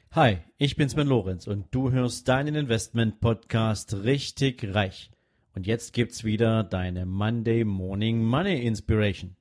Hi, ich bin Sven Lorenz und du hörst deinen Investment-Podcast Richtig Reich. Und jetzt gibt's wieder deine Monday Morning Money Inspiration.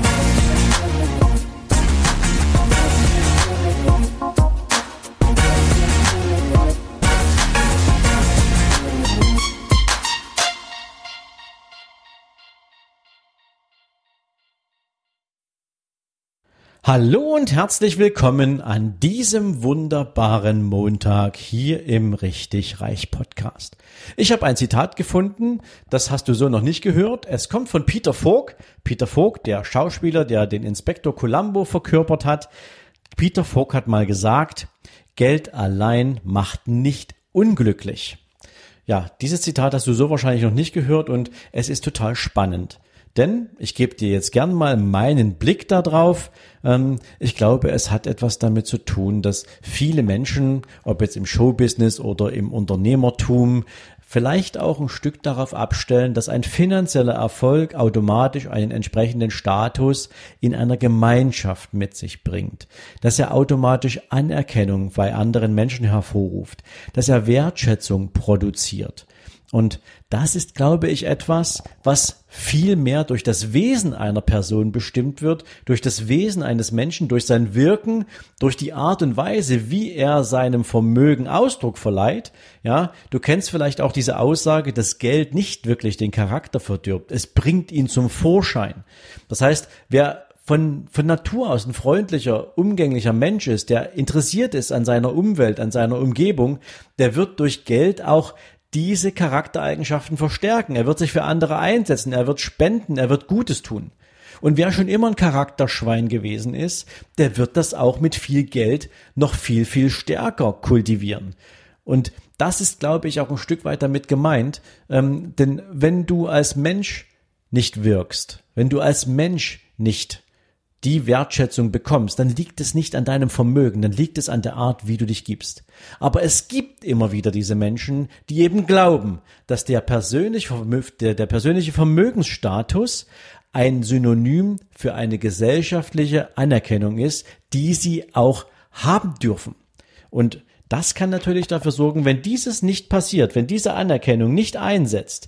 Hallo und herzlich willkommen an diesem wunderbaren Montag hier im Richtig Reich Podcast. Ich habe ein Zitat gefunden, das hast du so noch nicht gehört. Es kommt von Peter Falk. Peter Falk, der Schauspieler, der den Inspektor Columbo verkörpert hat. Peter Falk hat mal gesagt, Geld allein macht nicht unglücklich. Ja, dieses Zitat hast du so wahrscheinlich noch nicht gehört und es ist total spannend. Denn ich gebe dir jetzt gern mal meinen Blick da drauf. Ich glaube, es hat etwas damit zu tun, dass viele Menschen, ob jetzt im Showbusiness oder im Unternehmertum, vielleicht auch ein Stück darauf abstellen, dass ein finanzieller Erfolg automatisch einen entsprechenden Status in einer Gemeinschaft mit sich bringt, dass er automatisch Anerkennung bei anderen Menschen hervorruft, dass er Wertschätzung produziert. Und das ist, glaube ich, etwas, was viel mehr durch das Wesen einer Person bestimmt wird, durch das Wesen eines Menschen, durch sein Wirken, durch die Art und Weise, wie er seinem Vermögen Ausdruck verleiht. Ja, du kennst vielleicht auch diese Aussage, dass Geld nicht wirklich den Charakter verdirbt. Es bringt ihn zum Vorschein. Das heißt, wer von Natur aus ein freundlicher, umgänglicher Mensch ist, der interessiert ist an seiner Umwelt, an seiner Umgebung, der wird durch Geld auch diese Charaktereigenschaften verstärken. Er wird sich für andere einsetzen, er wird spenden, er wird Gutes tun. Und wer schon immer ein Charakterschwein gewesen ist, der wird das auch mit viel Geld noch viel, viel stärker kultivieren. Und das ist, glaube ich, auch ein Stück weit damit gemeint, denn wenn du als Mensch nicht wirkst, wenn du als Mensch nicht die Wertschätzung bekommst, dann liegt es nicht an deinem Vermögen, dann liegt es an der Art, wie du dich gibst. Aber es gibt immer wieder diese Menschen, die eben glauben, dass der persönliche Vermögensstatus ein Synonym für eine gesellschaftliche Anerkennung ist, die sie auch haben dürfen. Und das kann natürlich dafür sorgen, wenn dieses nicht passiert, wenn diese Anerkennung nicht einsetzt,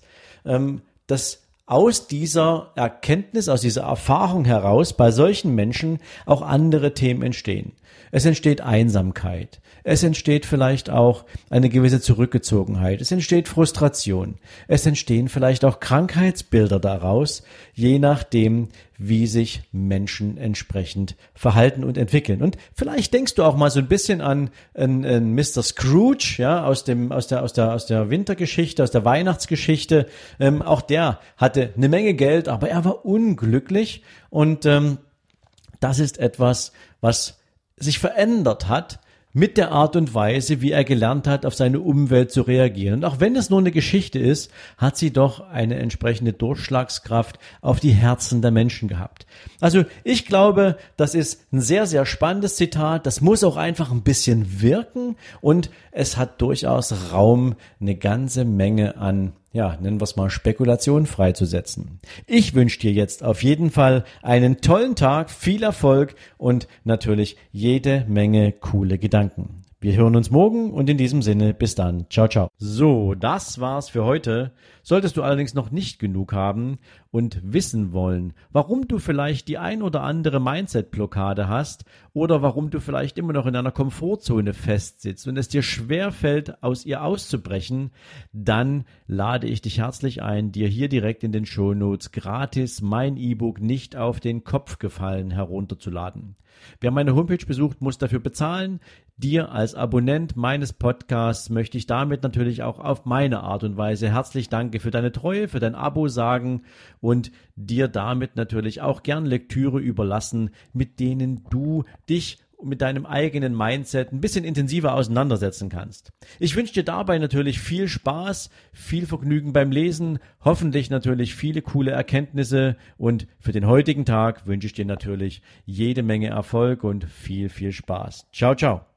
dass aus dieser Erkenntnis, aus dieser Erfahrung heraus bei solchen Menschen auch andere Themen entstehen. Es entsteht Einsamkeit. Es entsteht vielleicht auch eine gewisse Zurückgezogenheit. Es entsteht Frustration. Es entstehen vielleicht auch Krankheitsbilder daraus, je nachdem, wie sich Menschen entsprechend verhalten und entwickeln. Und vielleicht denkst du auch mal so ein bisschen an Mr. Scrooge, ja, aus der Wintergeschichte, aus der Weihnachtsgeschichte. Auch der hatte eine Menge Geld, aber er war unglücklich. Und das ist etwas, was sich verändert hat mit der Art und Weise, wie er gelernt hat, auf seine Umwelt zu reagieren. Und auch wenn es nur eine Geschichte ist, hat sie doch eine entsprechende Durchschlagskraft auf die Herzen der Menschen gehabt. Also ich glaube, das ist ein sehr, sehr spannendes Zitat. Das muss auch einfach ein bisschen wirken und es hat durchaus Raum, eine ganze Menge an, ja, nennen wir es mal Spekulation freizusetzen. Ich wünsche dir jetzt auf jeden Fall einen tollen Tag, viel Erfolg und natürlich jede Menge coole Gedanken. Wir hören uns morgen und in diesem Sinne, bis dann. Ciao, ciao. So, das war's für heute. Solltest du allerdings noch nicht genug haben und wissen wollen, warum du vielleicht die ein oder andere Mindset-Blockade hast oder warum du vielleicht immer noch in einer Komfortzone festsitzt und es dir schwerfällt, aus ihr auszubrechen, dann lade ich dich herzlich ein, dir hier direkt in den Shownotes gratis mein E-Book Nicht auf den Kopf gefallen herunterzuladen. Wer meine Homepage besucht, muss dafür bezahlen. Dir als Abonnent meines Podcasts möchte ich damit natürlich auch auf meine Art und Weise herzlich Danke für deine Treue, für dein Abo sagen und dir damit natürlich auch gern Lektüre überlassen, mit denen du dich mit deinem eigenen Mindset ein bisschen intensiver auseinandersetzen kannst. Ich wünsche dir dabei natürlich viel Spaß, viel Vergnügen beim Lesen, hoffentlich natürlich viele coole Erkenntnisse und für den heutigen Tag wünsche ich dir natürlich jede Menge Erfolg und viel, viel Spaß. Ciao, ciao.